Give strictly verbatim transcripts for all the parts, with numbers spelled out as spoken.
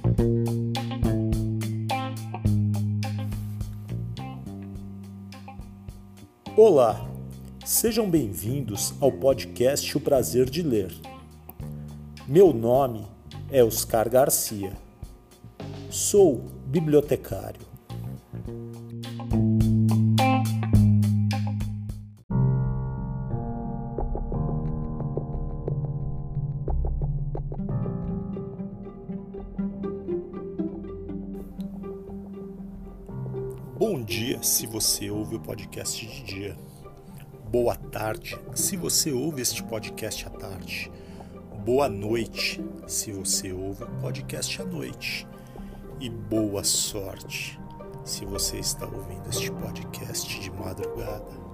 Olá, sejam bem-vindos ao podcast O Prazer de Ler. Meu nome é Oscar Garcia. Sou bibliotecário. Bom dia, se você ouve o podcast de dia. Boa tarde, se você ouve este podcast à tarde. Boa noite, se você ouve o podcast à noite. E boa sorte, se você está ouvindo este podcast de madrugada.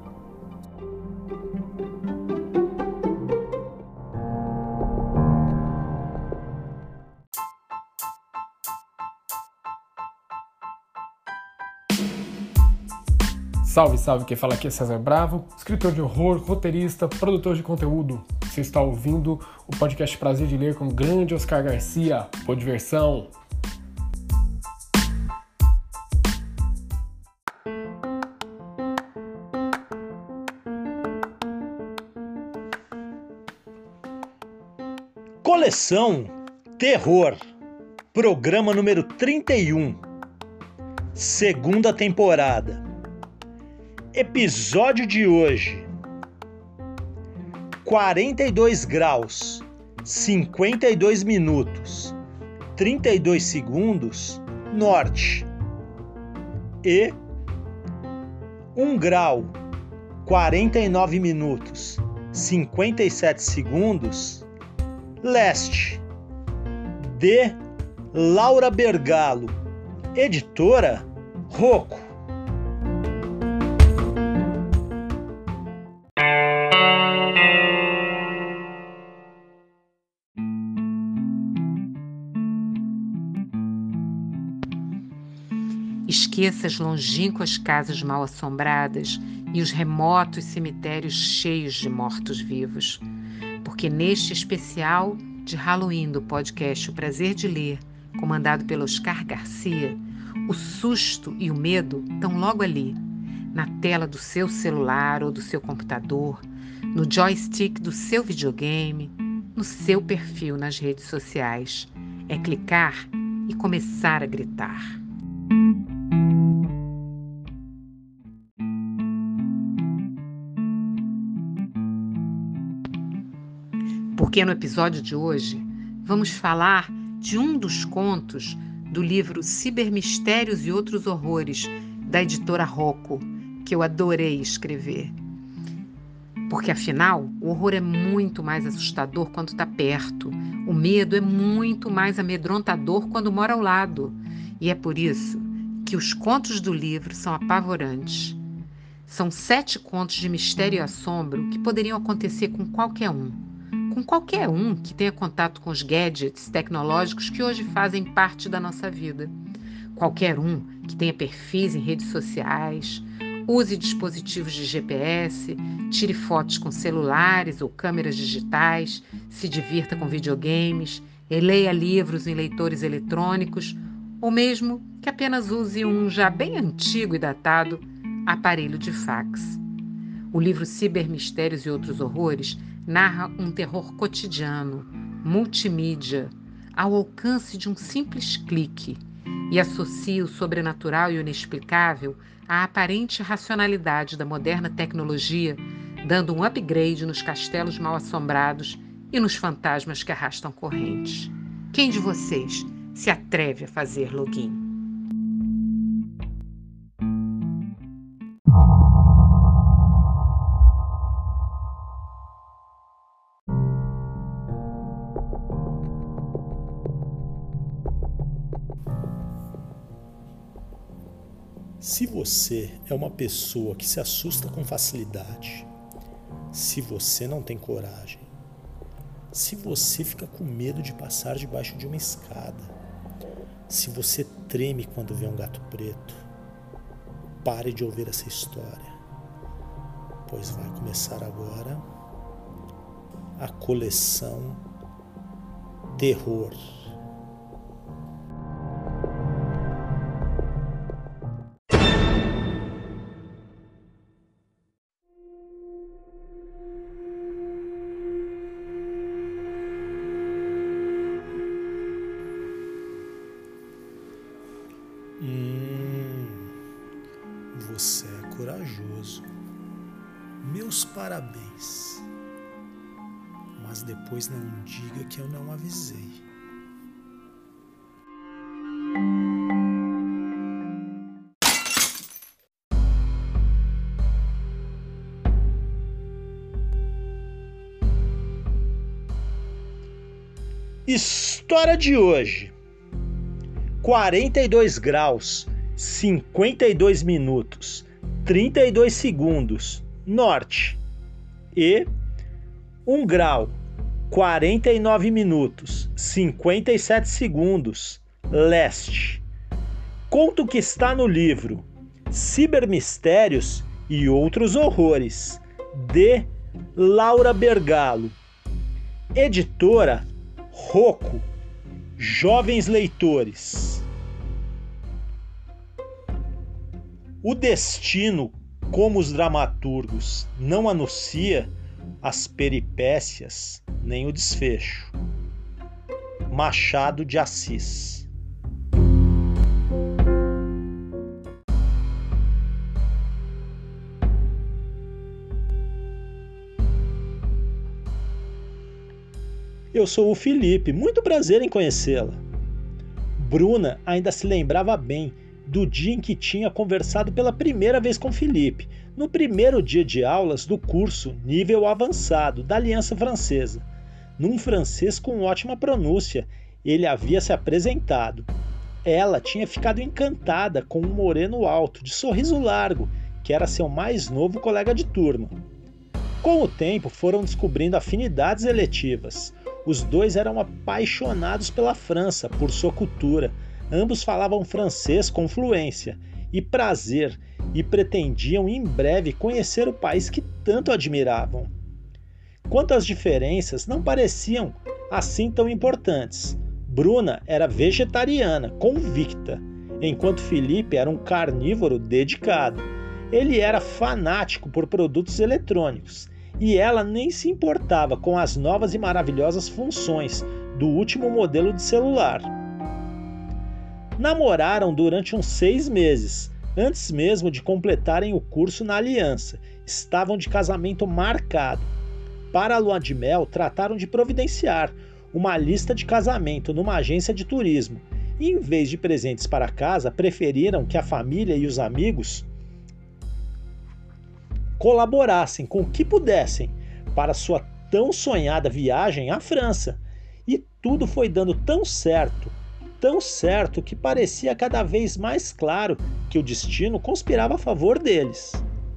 Salve, salve, quem fala aqui é César Bravo, escritor de horror, roteirista, produtor de conteúdo. Você está ouvindo o podcast Prazer de Ler com o grande Oscar Garcia. Boa diversão! Coleção Terror, programa número trinta e um, segunda temporada. Episódio de hoje: quarenta e dois graus, cinquenta e dois minutos, trinta e dois segundos, norte. E um grau, quarenta e nove minutos, cinquenta e sete segundos, leste. De Laura Bergalo, editora Rocco. Esqueça as longínquas casas mal assombradas e os remotos cemitérios cheios de mortos-vivos, porque neste especial de Halloween do podcast O Prazer de Ler, comandado pelo Oscar Garcia, o susto e o medo estão logo ali, na tela do seu celular ou do seu computador, no joystick do seu videogame, no seu perfil nas redes sociais. É clicar e começar a gritar. Porque no episódio de hoje vamos falar de um dos contos do livro Cibermistérios e Outros Horrores, da editora Rocco, que eu adorei escrever. Porque afinal, o horror é muito mais assustador quando está perto, o medo é muito mais amedrontador quando mora ao lado. E é por isso que os contos do livro são apavorantes. São sete contos de mistério e assombro que poderiam acontecer com qualquer um. Com qualquer um que tenha contato com os gadgets tecnológicos que hoje fazem parte da nossa vida. Qualquer um que tenha perfis em redes sociais, use dispositivos de G P S, tire fotos com celulares ou câmeras digitais, se divirta com videogames, e leia livros em leitores eletrônicos, ou mesmo que apenas use um já bem antigo e datado aparelho de fax. O livro Cibermistérios e Outros Horrores narra um terror cotidiano, multimídia, ao alcance de um simples clique e associa o sobrenatural e o inexplicável à aparente racionalidade da moderna tecnologia, dando um upgrade nos castelos mal-assombrados e nos fantasmas que arrastam correntes. Quem de vocês se atreve a fazer login? Se você é uma pessoa que se assusta com facilidade, se você não tem coragem, se você fica com medo de passar debaixo de uma escada, se você treme quando vê um gato preto, pare de ouvir essa história, pois vai começar agora a coleção Terror. Você é corajoso. Meus parabéns. Mas depois não diga que eu não avisei. História de hoje: quarenta e dois graus, cinquenta e dois minutos, trinta e dois segundos, norte. E um grau, quarenta e nove minutos, cinquenta e sete segundos, leste. Conto que está no livro Cibermistérios e Outros Horrores, de Laura Bergalo. Editora Rocco, jovens leitores. O destino, como os dramaturgos, não anuncia as peripécias nem o desfecho. Machado de Assis. Eu sou o Felipe, muito prazer em conhecê-la. Bruna ainda se lembrava bem do dia em que tinha conversado pela primeira vez com Felipe, no primeiro dia de aulas do curso nível avançado da Aliança Francesa. Num francês com ótima pronúncia, ele havia se apresentado. Ela tinha ficado encantada com um moreno alto, de sorriso largo, que era seu mais novo colega de turma. Com o tempo, foram descobrindo afinidades eletivas. Os dois eram apaixonados pela França, por sua cultura. Ambos falavam francês com fluência e prazer e pretendiam em breve conhecer o país que tanto admiravam. Quanto às diferenças, não pareciam assim tão importantes. Bruna era vegetariana, convicta, enquanto Felipe era um carnívoro dedicado. Ele era fanático por produtos eletrônicos. E ela nem se importava com as novas e maravilhosas funções do último modelo de celular. Namoraram durante uns seis meses, antes mesmo de completarem o curso na Aliança. Estavam de casamento marcado. Para a lua de mel, trataram de providenciar uma lista de casamento numa agência de turismo. E, em vez de presentes para casa, preferiram que a família e os amigos colaborassem com o que pudessem para sua tão sonhada viagem à França. E tudo foi dando tão certo, tão certo que parecia cada vez mais claro que o destino conspirava a favor deles.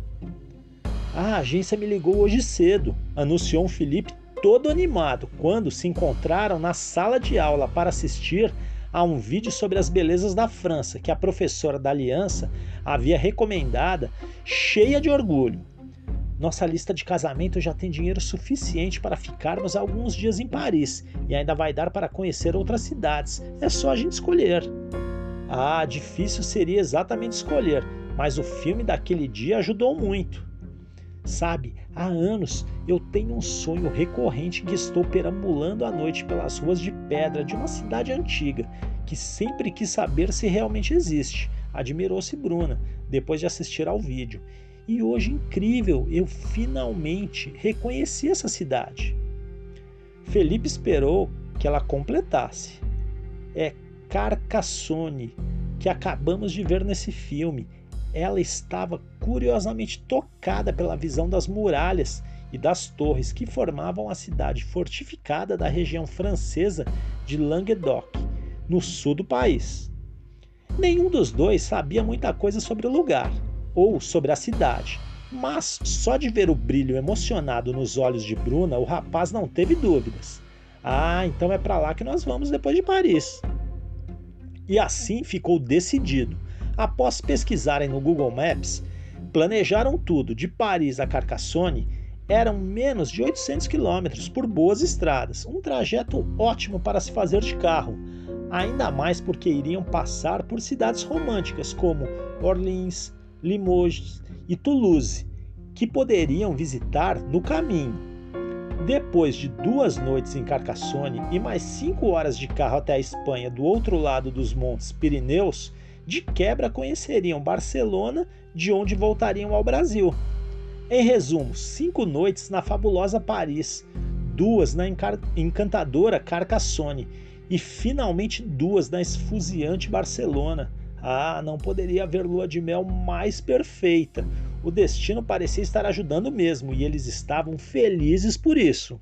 A agência me ligou hoje cedo, anunciou um Felipe todo animado quando se encontraram na sala de aula para assistir a um vídeo sobre as belezas da França que a professora da Aliança havia recomendado, cheia de orgulho. Nossa lista de casamento já tem dinheiro suficiente para ficarmos alguns dias em Paris e ainda vai dar para conhecer outras cidades. É só a gente escolher. Ah, difícil seria exatamente escolher, mas o filme daquele dia ajudou muito. Sabe, há anos eu tenho um sonho recorrente que estou perambulando à noite pelas ruas de pedra de uma cidade antiga, que sempre quis saber se realmente existe. Admirou-se Bruna, depois de assistir ao vídeo. E hoje, incrível, eu finalmente reconheci essa cidade. Felipe esperou que ela completasse. É Carcassonne, que acabamos de ver nesse filme. Ela estava curiosamente tocada pela visão das muralhas e das torres que formavam a cidade fortificada da região francesa de Languedoc, no sul do país. Nenhum dos dois sabia muita coisa sobre o lugar ou sobre a cidade, mas só de ver o brilho emocionado nos olhos de Bruna, o rapaz não teve dúvidas. Ah, então é para lá que nós vamos depois de Paris. E assim ficou decidido. Após pesquisarem no Google Maps, planejaram tudo. De Paris a Carcassonne eram menos de oitocentos quilômetros por boas estradas, um trajeto ótimo para se fazer de carro, ainda mais porque iriam passar por cidades românticas como Orleans, Limoges e Toulouse, que poderiam visitar no caminho. Depois de duas noites em Carcassonne e mais cinco horas de carro até a Espanha do outro lado dos Montes Pirineus, De quebra conheceriam Barcelona, de onde voltariam ao Brasil. Em resumo, cinco noites na fabulosa Paris, duas na encantadora Carcassonne e finalmente duas na esfuziante Barcelona. Ah, não poderia haver lua de mel mais perfeita. O destino parecia estar ajudando mesmo e eles estavam felizes por isso.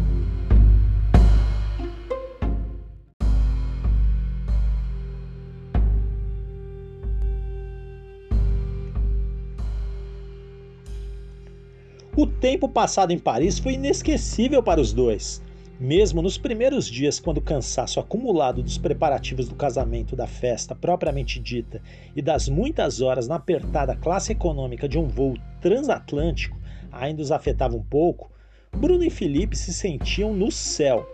O tempo passado em Paris foi inesquecível para os dois. Mesmo nos primeiros dias, quando o cansaço acumulado dos preparativos do casamento, da festa propriamente dita e das muitas horas na apertada classe econômica de um voo transatlântico ainda os afetava um pouco, Bruno e Felipe se sentiam no céu.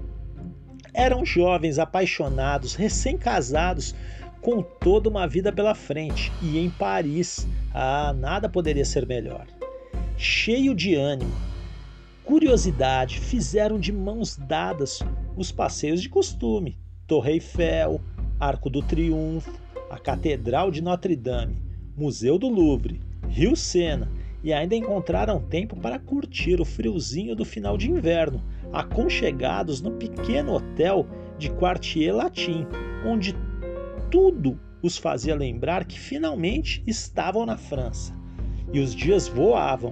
Eram jovens, apaixonados, recém-casados, com toda uma vida pela frente e em Paris. Ah, nada poderia ser melhor. Cheio de ânimo, curiosidade, fizeram de mãos dadas os passeios de costume: Torre Eiffel, Arco do Triunfo, a Catedral de Notre-Dame, Museu do Louvre, Rio Sena, e ainda encontraram tempo para curtir o friozinho do final de inverno, aconchegados no pequeno hotel de Quartier Latin, onde tudo os fazia lembrar que finalmente estavam na França. E os dias voavam.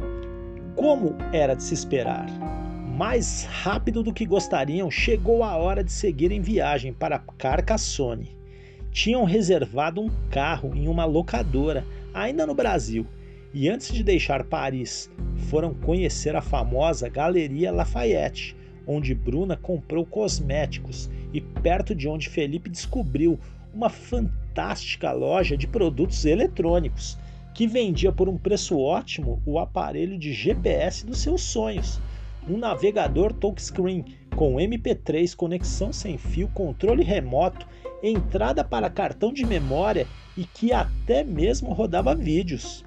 Como era de se esperar, mais rápido do que gostariam, chegou a hora de seguir em viagem para Carcassonne. Tinham reservado um carro em uma locadora, ainda no Brasil, e antes de deixar Paris, foram conhecer a famosa Galeria Lafayette, onde Bruna comprou cosméticos e perto de onde Felipe descobriu uma fantástica loja de produtos eletrônicos, que vendia por um preço ótimo o aparelho de G P S dos seus sonhos, um navegador touchscreen com M P três, conexão sem fio, controle remoto, entrada para cartão de memória e que até mesmo rodava vídeos.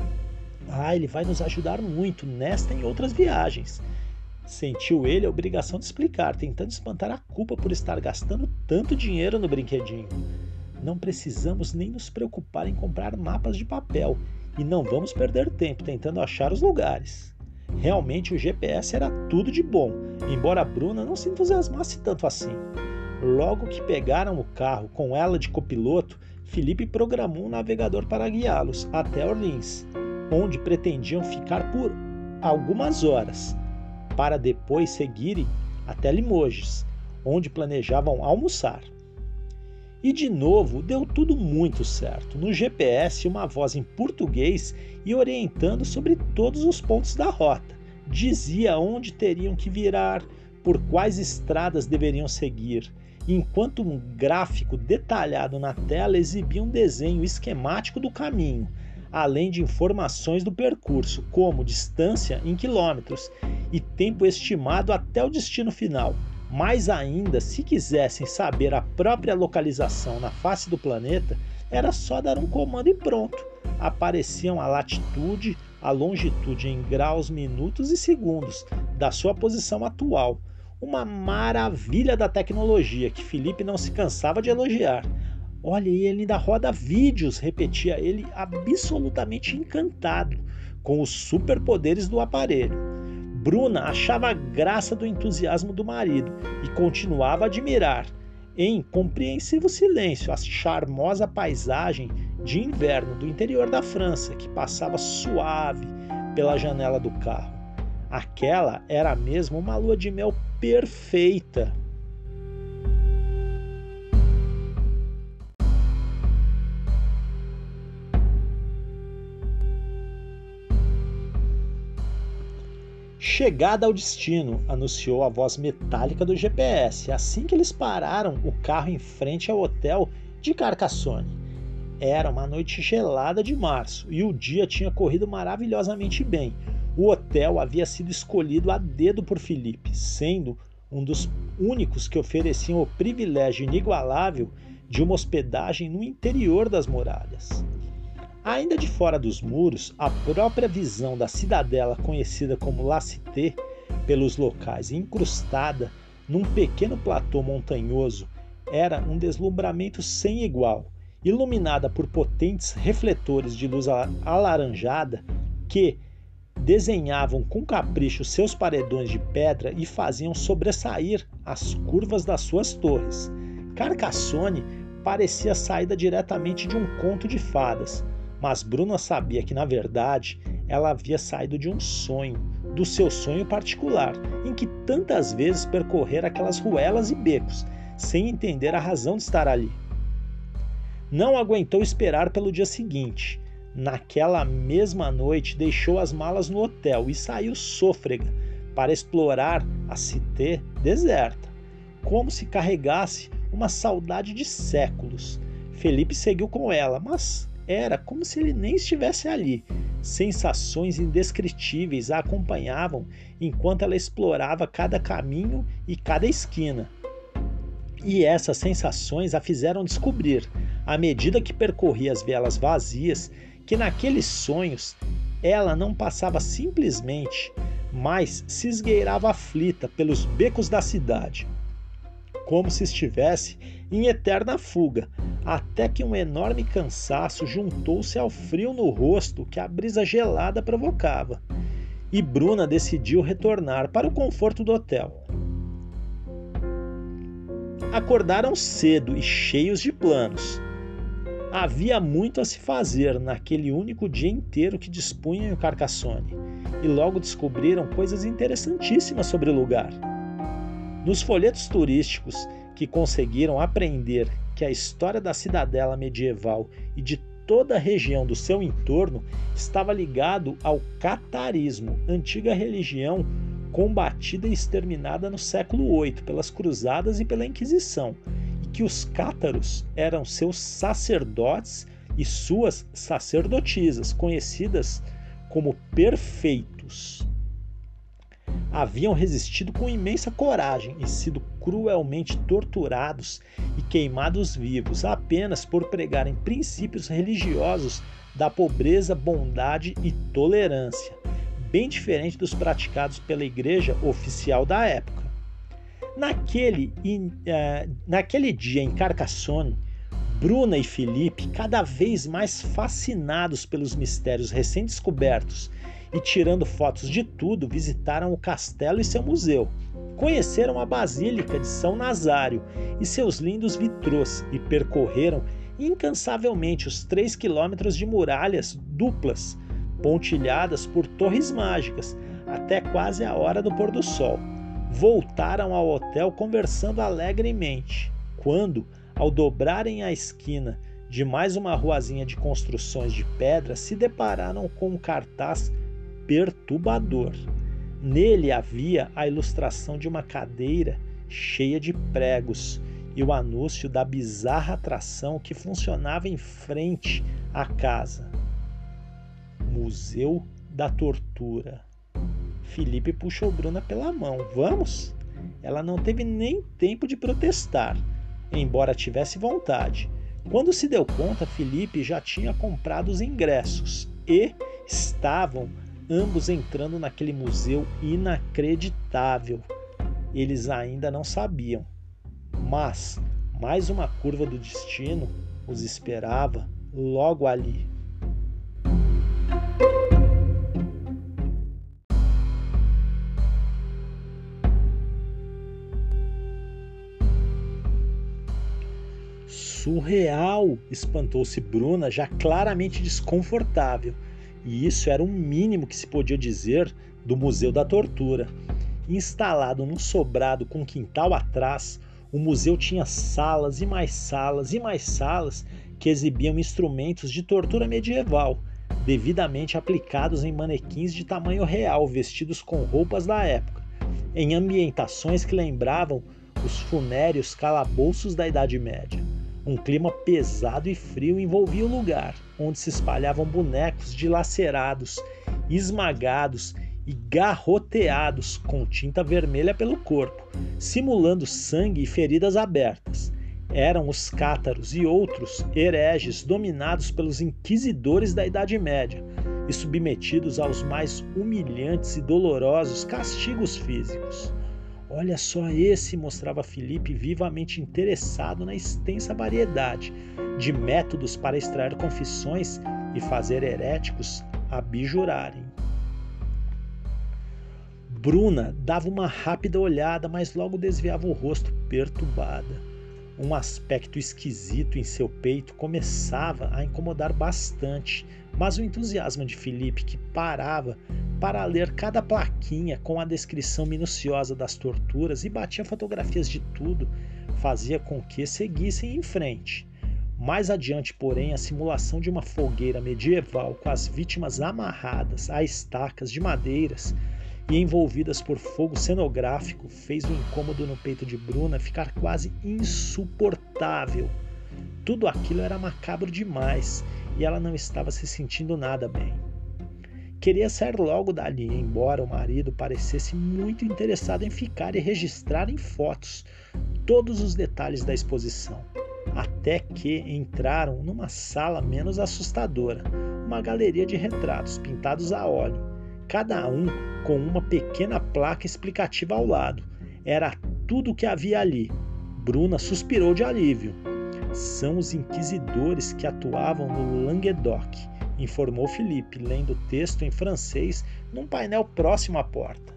Ah, ele vai nos ajudar muito nesta e em outras viagens. Sentiu ele a obrigação de explicar, tentando espantar a culpa por estar gastando tanto dinheiro no brinquedinho. Não precisamos nem nos preocupar em comprar mapas de papel e não vamos perder tempo tentando achar os lugares. Realmente o G P S era tudo de bom, embora Bruna não se entusiasmasse tanto assim. Logo que pegaram o carro com ela de copiloto, Felipe programou um navegador para guiá-los até Orleans, onde pretendiam ficar por algumas horas, para depois seguirem até Limoges, onde planejavam almoçar. E de novo, deu tudo muito certo. No G P S, uma voz em português e orientando sobre todos os pontos da rota. Dizia onde teriam que virar, por quais estradas deveriam seguir, enquanto um gráfico detalhado na tela exibia um desenho esquemático do caminho, além de informações do percurso, como distância em quilômetros e tempo estimado até o destino final. Mais ainda, se quisessem saber a própria localização na face do planeta, era só dar um comando e pronto. Apareciam a latitude, a longitude em graus, minutos e segundos da sua posição atual. Uma maravilha da tecnologia que Felipe não se cansava de elogiar. Olha, e ele ainda roda vídeos, repetia ele, absolutamente encantado com os superpoderes do aparelho. Bruna achava graça do entusiasmo do marido e continuava a admirar, em compreensivo silêncio, a charmosa paisagem de inverno do interior da França que passava suave pela janela do carro. Aquela era mesmo uma lua de mel perfeita. Chegada ao destino, anunciou a voz metálica do G P S, assim que eles pararam o carro em frente ao hotel de Carcassonne. Era uma noite gelada de março e o dia tinha corrido maravilhosamente bem. O hotel havia sido escolhido a dedo por Felipe, sendo um dos únicos que ofereciam o privilégio inigualável de uma hospedagem no interior das muralhas. Ainda de fora dos muros, a própria visão da cidadela conhecida como La Cité pelos locais, incrustada num pequeno platô montanhoso, era um deslumbramento sem igual, iluminada por potentes refletores de luz alaranjada que desenhavam com capricho seus paredões de pedra e faziam sobressair as curvas das suas torres. Carcassonne parecia saída diretamente de um conto de fadas, mas Bruna sabia que, na verdade, ela havia saído de um sonho, do seu sonho particular, em que tantas vezes percorrera aquelas ruelas e becos, sem entender a razão de estar ali. Não aguentou esperar pelo dia seguinte. Naquela mesma noite, deixou as malas no hotel e saiu sôfrega para explorar a cité deserta, como se carregasse uma saudade de séculos. Felipe seguiu com ela, mas era como se ele nem estivesse ali. Sensações indescritíveis a acompanhavam enquanto ela explorava cada caminho e cada esquina. E essas sensações a fizeram descobrir, à medida que percorria as vielas vazias, que naqueles sonhos ela não passava simplesmente, mas se esgueirava aflita pelos becos da cidade, como se estivesse em eterna fuga, até que um enorme cansaço juntou-se ao frio no rosto que a brisa gelada provocava, e Bruna decidiu retornar para o conforto do hotel. Acordaram cedo e cheios de planos. Havia muito a se fazer naquele único dia inteiro que dispunham em Carcassonne, e logo descobriram coisas interessantíssimas sobre o lugar. Nos folhetos turísticos que conseguiram aprender que a história da cidadela medieval e de toda a região do seu entorno estava ligado ao catarismo, antiga religião combatida e exterminada no século oito pelas cruzadas e pela Inquisição, e que os cátaros eram seus sacerdotes e suas sacerdotisas, conhecidas como perfeitos. Haviam resistido com imensa coragem e sido cruelmente torturados e queimados vivos apenas por pregarem princípios religiosos da pobreza, bondade e tolerância, bem diferente dos praticados pela igreja oficial da época. Naquele, uh, naquele dia em Carcassonne, Bruna e Felipe, cada vez mais fascinados pelos mistérios recém-descobertos e tirando fotos de tudo, visitaram o castelo e seu museu. Conheceram a Basílica de São Nazário e seus lindos vitrôs e percorreram incansavelmente os três quilômetros de muralhas duplas, pontilhadas por torres mágicas, até quase a hora do pôr do sol. Voltaram ao hotel conversando alegremente, quando, ao dobrarem a esquina de mais uma ruazinha de construções de pedra, se depararam com um cartaz perturbador. Nele havia a ilustração de uma cadeira cheia de pregos e o anúncio da bizarra atração que funcionava em frente à casa. Museu da Tortura. Felipe puxou Bruna pela mão. Vamos? Ela não teve nem tempo de protestar, embora tivesse vontade. Quando se deu conta, Felipe já tinha comprado os ingressos e estavam ambos entrando naquele museu inacreditável. Eles ainda não sabiam, mas mais uma curva do destino os esperava logo ali. Surreal! Espantou-se Bruna, já claramente desconfortável. E isso era o mínimo que se podia dizer do Museu da Tortura. Instalado num sobrado com quintal atrás, o museu tinha salas e mais salas e mais salas que exibiam instrumentos de tortura medieval, devidamente aplicados em manequins de tamanho real, vestidos com roupas da época, em ambientações que lembravam os funéreos calabouços da Idade Média. Um clima pesado e frio envolvia o lugar, onde se espalhavam bonecos dilacerados, esmagados e garroteados com tinta vermelha pelo corpo, simulando sangue e feridas abertas. Eram os cátaros e outros hereges dominados pelos inquisidores da Idade Média e submetidos aos mais humilhantes e dolorosos castigos físicos. Olha só esse, mostrava Felipe, vivamente interessado na extensa variedade de métodos para extrair confissões e fazer heréticos abjurarem. Bruna dava uma rápida olhada, mas logo desviava o rosto perturbada. Um aspecto esquisito em seu peito começava a incomodar bastante, mas o entusiasmo de Felipe, que parava para ler cada plaquinha com a descrição minuciosa das torturas e batia fotografias de tudo, fazia com que seguissem em frente. Mais adiante, porém, a simulação de uma fogueira medieval com as vítimas amarradas a estacas de madeiras e envolvidas por fogo cenográfico fez o incômodo no peito de Bruna ficar quase insuportável. Tudo aquilo era macabro demais e ela não estava se sentindo nada bem. Queria sair logo dali, embora o marido parecesse muito interessado em ficar e registrar em fotos todos os detalhes da exposição. Até que entraram numa sala menos assustadora, uma galeria de retratos pintados a óleo, cada um com uma pequena placa explicativa ao lado. Era tudo o que havia ali. Bruna suspirou de alívio. São os inquisidores que atuavam no Languedoc, informou Felipe, lendo o texto em francês num painel próximo à porta.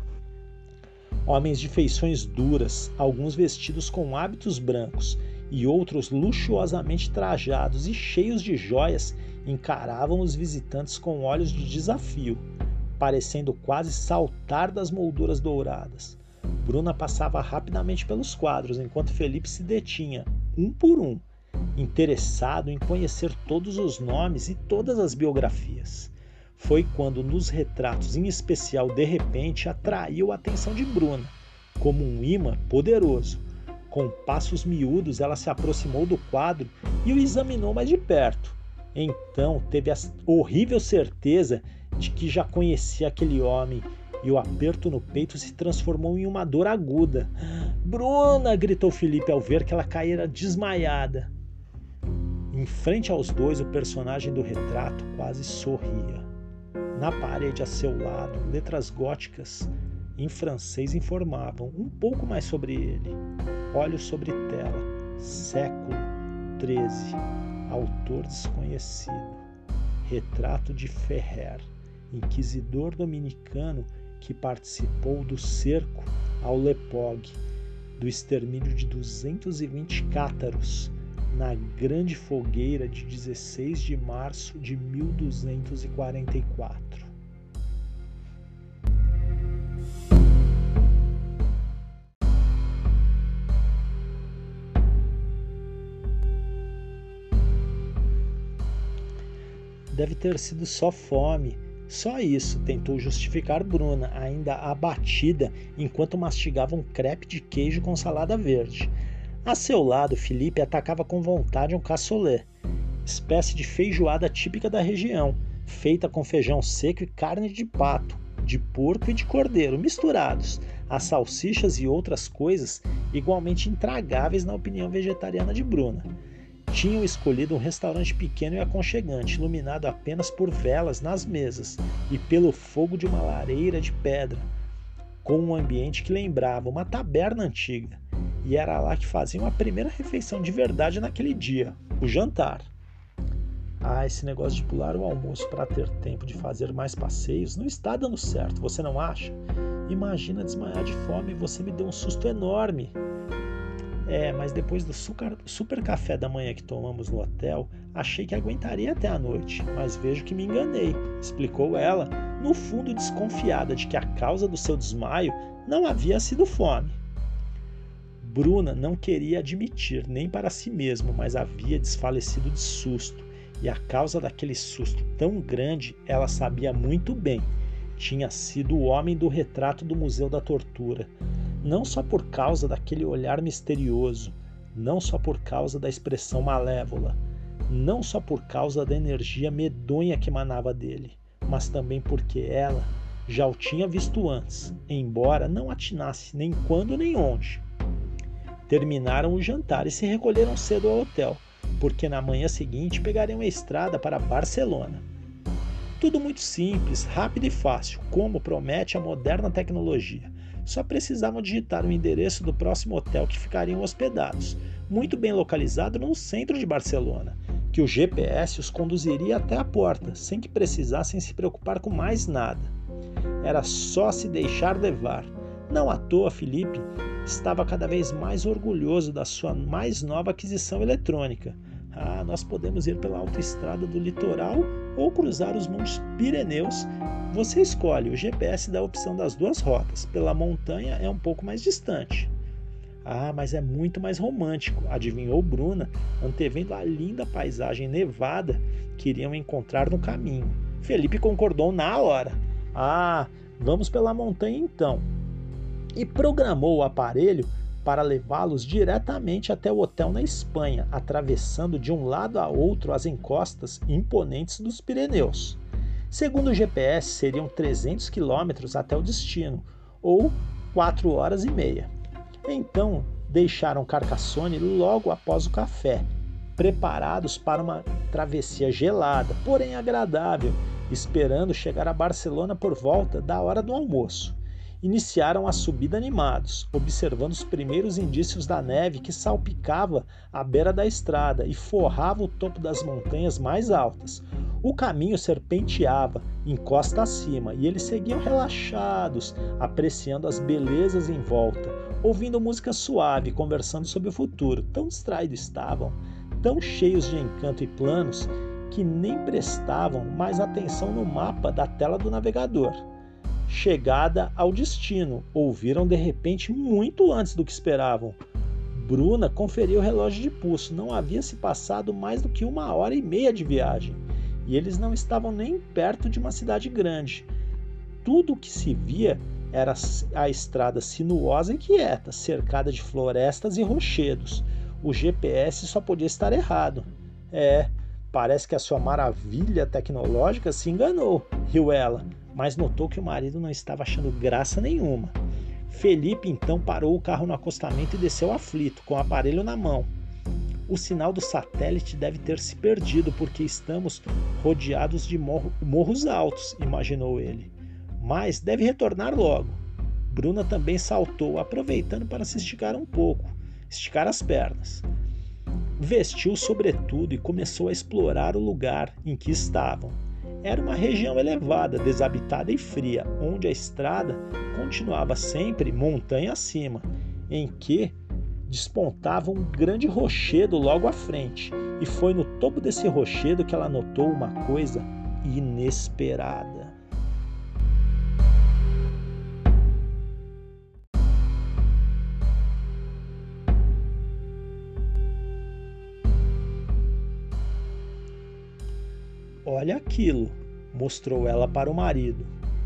Homens de feições duras, alguns vestidos com hábitos brancos e outros luxuosamente trajados e cheios de joias, encaravam os visitantes com olhos de desafio, parecendo quase saltar das molduras douradas. Bruna passava rapidamente pelos quadros, enquanto Felipe se detinha, um por um, interessado em conhecer todos os nomes e todas as biografias. Foi quando, nos retratos em especial, de repente, atraiu a atenção de Bruna, como um imã poderoso. Com passos miúdos, ela se aproximou do quadro e o examinou mais de perto. Então, teve a horrível certeza de que já conhecia aquele homem, e o aperto no peito se transformou em uma dor aguda. "Bruna!" gritou Felipe ao ver que ela caíra desmaiada. Em frente aos dois, o personagem do retrato quase sorria. Na parede a seu lado, letras góticas em francês informavam um pouco mais sobre ele. Olhos sobre tela, século treze, autor desconhecido. Retrato de Ferrer, inquisidor dominicano que participou do cerco ao Lepog, do extermínio de duzentos e vinte cátaros, na grande fogueira de dezesseis de março de mil duzentos e quarenta e quatro. Deve ter sido só fome. Só isso, tentou justificar Bruna, ainda abatida, enquanto mastigava um crepe de queijo com salada verde. A seu lado, Felipe atacava com vontade um cassoulet, espécie de feijoada típica da região, feita com feijão seco e carne de pato, de porco e de cordeiro, misturados, a salsichas e outras coisas igualmente intragáveis na opinião vegetariana de Bruna. Tinham escolhido um restaurante pequeno e aconchegante, iluminado apenas por velas nas mesas e pelo fogo de uma lareira de pedra, com um ambiente que lembrava uma taberna antiga. E era lá que faziam a primeira refeição de verdade naquele dia, o jantar. Ah, esse negócio de pular o almoço para ter tempo de fazer mais passeios não está dando certo, você não acha? Imagina desmaiar de fome e você me deu um susto enorme. É, mas depois do super, super café da manhã que tomamos no hotel, achei que aguentaria até a noite, mas vejo que me enganei, explicou ela, no fundo desconfiada de que a causa do seu desmaio não havia sido fome. Bruna não queria admitir nem para si mesma, mas havia desfalecido de susto, e a causa daquele susto tão grande ela sabia muito bem. Tinha sido o homem do retrato do Museu da Tortura. Não só por causa daquele olhar misterioso, não só por causa da expressão malévola, não só por causa da energia medonha que emanava dele, mas também porque ela já o tinha visto antes, embora não atinasse nem quando nem onde. Terminaram o jantar e se recolheram cedo ao hotel, porque na manhã seguinte pegariam a estrada para Barcelona. Tudo muito simples, rápido e fácil, como promete a moderna tecnologia. Só precisavam digitar o endereço do próximo hotel que ficariam hospedados, muito bem localizado no centro de Barcelona, que o G P S os conduziria até a porta, sem que precisassem se preocupar com mais nada. Era só se deixar levar. Não à toa, Felipe estava cada vez mais orgulhoso da sua mais nova aquisição eletrônica. Ah, nós podemos ir pela autoestrada do litoral ou cruzar os Montes Pirineus. Você escolhe, o G P S dá a opção das duas rotas. Pela montanha é um pouco mais distante. Ah, mas é muito mais romântico, adivinhou Bruna, antevendo a linda paisagem nevada que iriam encontrar no caminho. Felipe concordou na hora. Ah, vamos pela montanha então. E programou o aparelho para levá-los diretamente até o hotel na Espanha, atravessando de um lado a outro as encostas imponentes dos Pirineus. Segundo o G P S, seriam trezentos quilômetros até o destino, ou quatro horas e meia. Então, deixaram Carcassonne logo após o café, preparados para uma travessia gelada, porém agradável, esperando chegar a Barcelona por volta da hora do almoço. Iniciaram a subida animados, observando os primeiros indícios da neve que salpicava a beira da estrada e forrava o topo das montanhas mais altas. O caminho serpenteava, encosta acima, e eles seguiam relaxados, apreciando as belezas em volta, ouvindo música suave, conversando sobre o futuro. Tão distraídos estavam, tão cheios de encanto e planos, que nem prestavam mais atenção no mapa da tela do navegador. Chegada ao destino, ouviram de repente muito antes do que esperavam. Bruna conferiu o relógio de pulso, não havia se passado mais do que uma hora e meia de viagem, e eles não estavam nem perto de uma cidade grande. Tudo o que se via era a estrada sinuosa e quieta, cercada de florestas e rochedos. O G P S só podia estar errado. É, parece que a sua maravilha tecnológica se enganou, riu ela, mas notou que o marido não estava achando graça nenhuma. Felipe então parou o carro no acostamento e desceu aflito, com o aparelho na mão. O sinal do satélite deve ter se perdido porque estamos rodeados de morro, morros altos, imaginou ele. Mas deve retornar logo. Bruna também saltou, aproveitando para se esticar um pouco, esticar as pernas. Vestiu sobretudo e começou a explorar o lugar em que estavam. Era uma região elevada, desabitada e fria, onde a estrada continuava sempre montanha acima, em que despontava um grande rochedo logo à frente, e foi no topo desse rochedo que ela notou uma coisa inesperada. Olha aquilo, mostrou ela para o marido.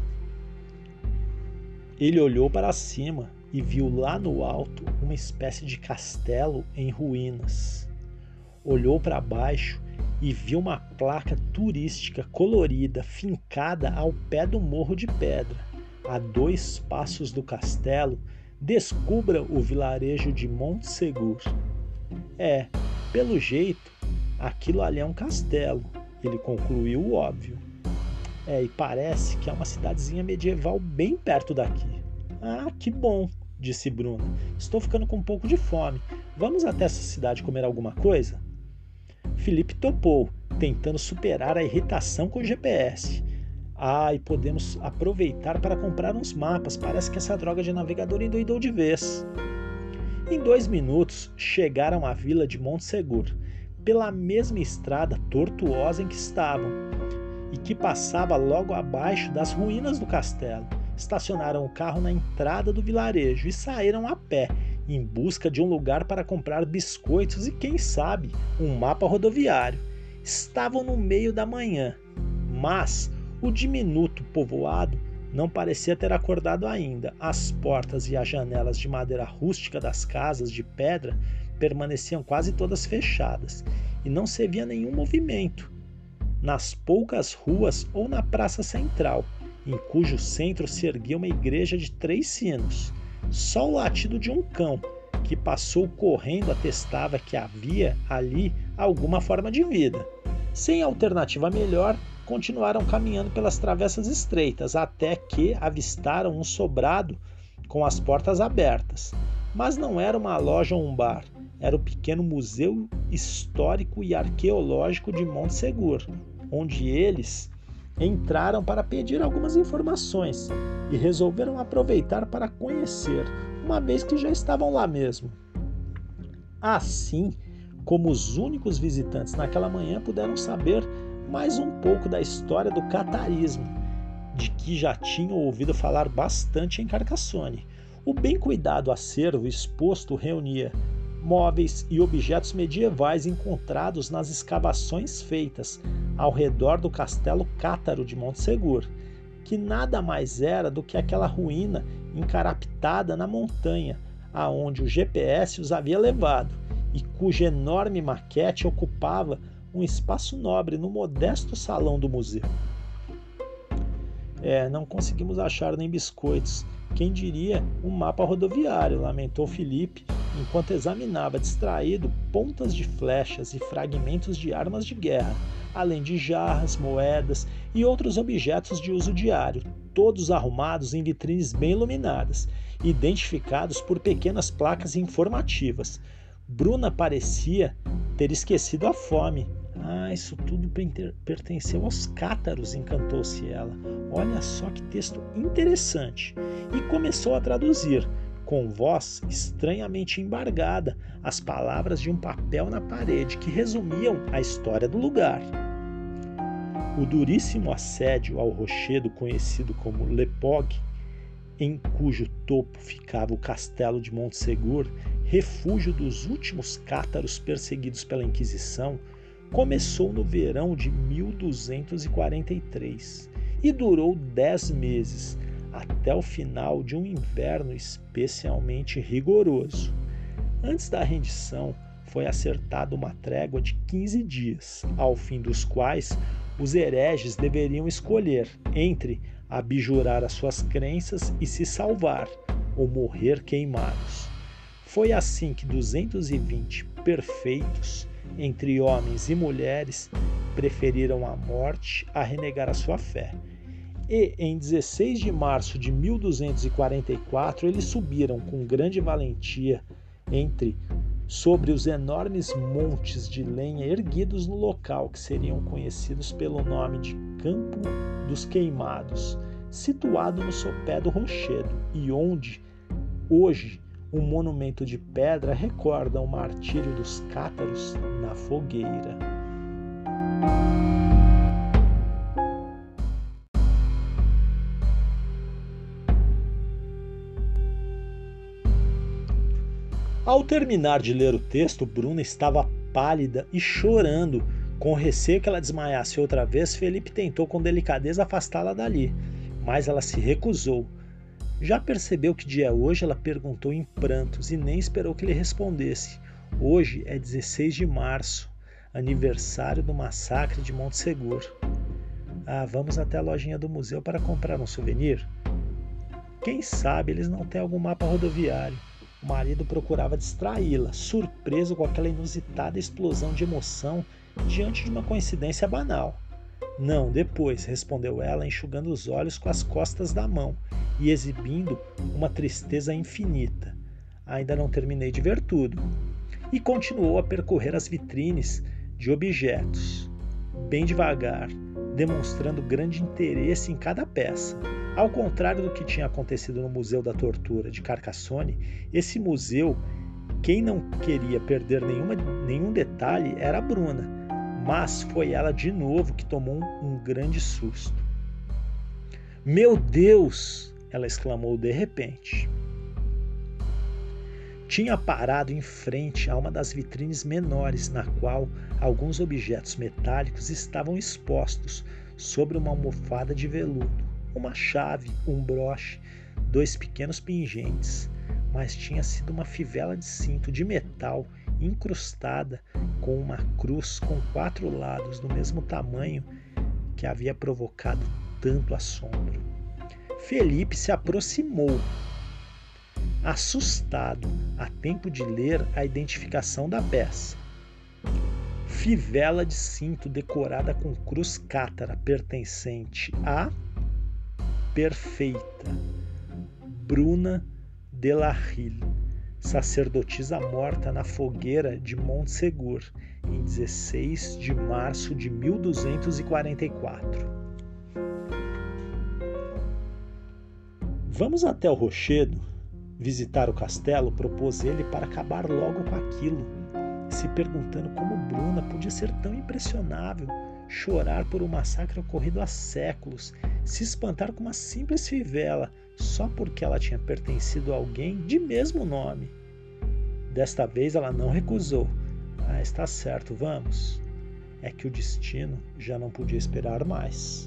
Ele olhou para cima e viu lá no alto uma espécie de castelo em ruínas. Olhou para baixo e viu uma placa turística colorida fincada ao pé do morro de pedra. A dois passos do castelo, descubra o vilarejo de Montsegur. É, pelo jeito, aquilo ali é um castelo. Ele concluiu o óbvio. É, e parece que é uma cidadezinha medieval bem perto daqui. Ah, que bom, disse Bruna. Estou ficando com um pouco de fome. Vamos até essa cidade comer alguma coisa? Felipe topou, tentando superar a irritação com o G P S. Ah, e podemos aproveitar para comprar uns mapas. Parece que essa droga de navegador endoidou de vez. Em dois minutos, chegaram à vila de Montsegur, pela mesma estrada tortuosa em que estavam, e que passava logo abaixo das ruínas do castelo. Estacionaram o carro na entrada do vilarejo e saíram a pé, em busca de um lugar para comprar biscoitos e, quem sabe, um mapa rodoviário. Estavam no meio da manhã, mas o diminuto povoado não parecia ter acordado ainda. As portas e as janelas de madeira rústica das casas de pedra permaneciam quase todas fechadas, e não se via nenhum movimento nas poucas ruas ou na praça central, em cujo centro se erguia uma igreja de três sinos. Só o latido de um cão, que passou correndo, atestava que havia ali alguma forma de vida. Sem alternativa melhor, continuaram caminhando pelas travessas estreitas, até que avistaram um sobrado com as portas abertas. Mas não era uma loja ou um bar, era o pequeno Museu Histórico e Arqueológico de Montsegur, onde eles entraram para pedir algumas informações e resolveram aproveitar para conhecer, uma vez que já estavam lá mesmo. Assim, como os únicos visitantes naquela manhã, puderam saber mais um pouco da história do catarismo, de que já tinham ouvido falar bastante em Carcassonne. O bem cuidado acervo exposto reunia móveis e objetos medievais encontrados nas escavações feitas ao redor do castelo cátaro de Montsegur, que nada mais era do que aquela ruína encarapitada na montanha, aonde o G P S os havia levado, e cuja enorme maquete ocupava um espaço nobre no modesto salão do museu. É, não conseguimos achar nem biscoitos, quem diria um mapa rodoviário, lamentou Felipe, enquanto examinava distraído pontas de flechas e fragmentos de armas de guerra, além de jarras, moedas e outros objetos de uso diário, todos arrumados em vitrines bem iluminadas, identificados por pequenas placas informativas. Bruna parecia ter esquecido a fome. Ah, isso tudo pertenceu aos cátaros, encantou-se ela. Olha só que texto interessante. E começou a traduzir, com voz estranhamente embargada, as palavras de um papel na parede que resumiam a história do lugar. O duríssimo assédio ao rochedo conhecido como Le Pog, em cujo topo ficava o castelo de Montsegur, refúgio dos últimos cátaros perseguidos pela Inquisição, começou no verão de mil duzentos e quarenta e três e durou dez meses, até o final de um inverno especialmente rigoroso. Antes da rendição, foi acertada uma trégua de quinze dias, ao fim dos quais os hereges deveriam escolher entre abjurar as suas crenças e se salvar, ou morrer queimados. Foi assim que duzentos e vinte perfeitos, entre homens e mulheres, preferiram a morte a renegar a sua fé. E, em dezesseis de março de mil duzentos e quarenta e quatro, eles subiram com grande valentia entre sobre os enormes montes de lenha erguidos no local, que seriam conhecidos pelo nome de Campo dos Queimados, situado no sopé do rochedo, e onde, hoje, um monumento de pedra recorda o martírio dos cátaros na fogueira. Ao terminar de ler o texto, Bruna estava pálida e chorando. Com receio que ela desmaiasse outra vez, Felipe tentou com delicadeza afastá-la dali, mas ela se recusou. Já percebeu que dia é hoje? Ela perguntou em prantos e nem esperou que ele respondesse. Hoje é dezesseis de março, aniversário do massacre de Montsegur. Ah, vamos até a lojinha do museu para comprar um souvenir? Quem sabe eles não têm algum mapa rodoviário. O marido procurava distraí-la, surpreso com aquela inusitada explosão de emoção diante de uma coincidência banal. Não, depois, respondeu ela, enxugando os olhos com as costas da mão e exibindo uma tristeza infinita. Ainda não terminei de ver tudo. E continuou a percorrer as vitrines de objetos, bem devagar, demonstrando grande interesse em cada peça. Ao contrário do que tinha acontecido no Museu da Tortura de Carcassonne, esse museu, quem não queria perder nenhuma, nenhum detalhe era a Bruna, mas foi ela de novo que tomou um, um grande susto. Meu Deus! Ela exclamou de repente. Tinha parado em frente a uma das vitrines menores, na qual alguns objetos metálicos estavam expostos sobre uma almofada de veludo. Uma chave, um broche, dois pequenos pingentes, mas tinha sido uma fivela de cinto de metal incrustada com uma cruz com quatro lados do mesmo tamanho que havia provocado tanto assombro. Felipe se aproximou, assustado, a tempo de ler a identificação da peça. Fivela de cinto decorada com cruz cátara pertencente a Perfeita, Bruna Delarille, sacerdotisa morta na fogueira de Montségur, em dezesseis de março de mil duzentos e quarenta e quatro. Vamos até o rochedo visitar o castelo, propôs ele para acabar logo com aquilo, se perguntando como Bruna podia ser tão impressionável, chorar por um massacre ocorrido há séculos, se espantar com uma simples fivela só porque ela tinha pertencido a alguém de mesmo nome. Desta vez ela não recusou. Ah, está certo, vamos. É que o destino já não podia esperar mais.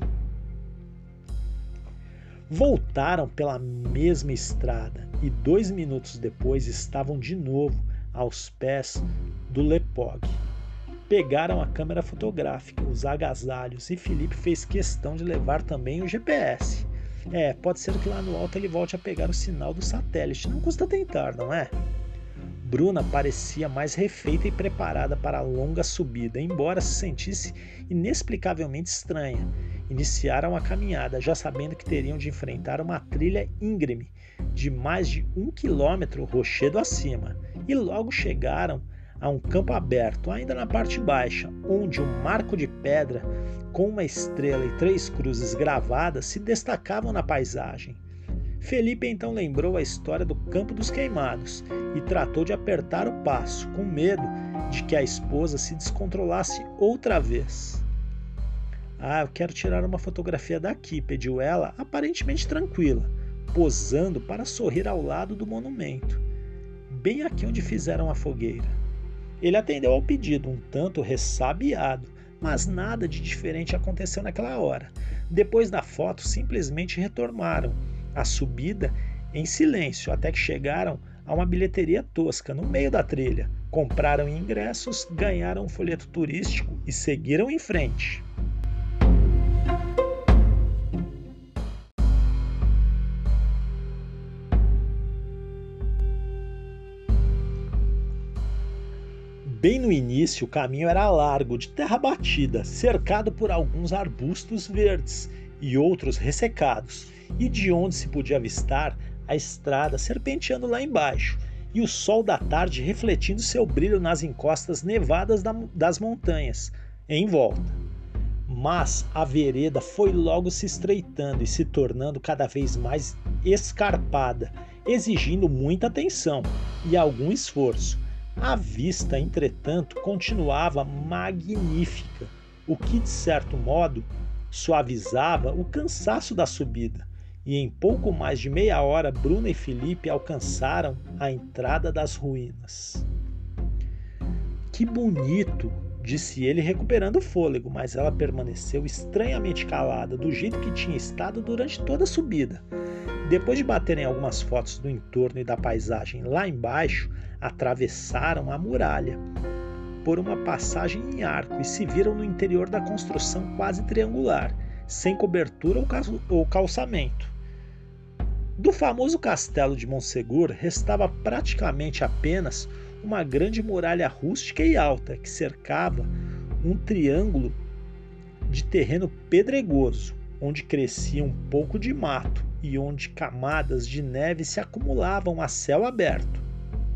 Voltaram pela mesma estrada e dois minutos depois estavam de novo aos pés do Lepog. Pegaram a câmera fotográfica, os agasalhos, e Felipe fez questão de levar também o G P S. É, pode ser que lá no alto ele volte a pegar o sinal do satélite, não custa tentar, não é? Bruna parecia mais refeita e preparada para a longa subida, embora se sentisse inexplicavelmente estranha. Iniciaram a caminhada, já sabendo que teriam de enfrentar uma trilha íngreme de mais de um quilômetro rochedo acima, e logo chegaram a um campo aberto, ainda na parte baixa, onde um marco de pedra com uma estrela e três cruzes gravadas se destacavam na paisagem. Felipe então lembrou a história do Campo dos Queimados e tratou de apertar o passo, com medo de que a esposa se descontrolasse outra vez. Ah, eu quero tirar uma fotografia daqui, pediu ela, aparentemente tranquila, posando para sorrir ao lado do monumento, bem aqui onde fizeram a fogueira. Ele atendeu ao pedido, um tanto ressabiado, mas nada de diferente aconteceu naquela hora. Depois da foto, simplesmente retornaram a subida em silêncio, até que chegaram a uma bilheteria tosca no meio da trilha. Compraram ingressos, ganharam um folheto turístico e seguiram em frente. Bem no início, o caminho era largo, de terra batida, cercado por alguns arbustos verdes e outros ressecados, e de onde se podia avistar a estrada serpenteando lá embaixo, e o sol da tarde refletindo seu brilho nas encostas nevadas das montanhas em volta. Mas a vereda foi logo se estreitando e se tornando cada vez mais escarpada, exigindo muita atenção e algum esforço. A vista, entretanto, continuava magnífica, o que, de certo modo, suavizava o cansaço da subida, e em pouco mais de meia hora Bruna e Felipe alcançaram a entrada das ruínas. Que bonito, disse ele recuperando o fôlego, mas ela permaneceu estranhamente calada, do jeito que tinha estado durante toda a subida. Depois de baterem algumas fotos do entorno e da paisagem lá embaixo, atravessaram a muralha por uma passagem em arco e se viram no interior da construção quase triangular, sem cobertura ou calçamento. Do famoso castelo de Montségur restava praticamente apenas uma grande muralha rústica e alta que cercava um triângulo de terreno pedregoso, onde crescia um pouco de mato e onde camadas de neve se acumulavam a céu aberto.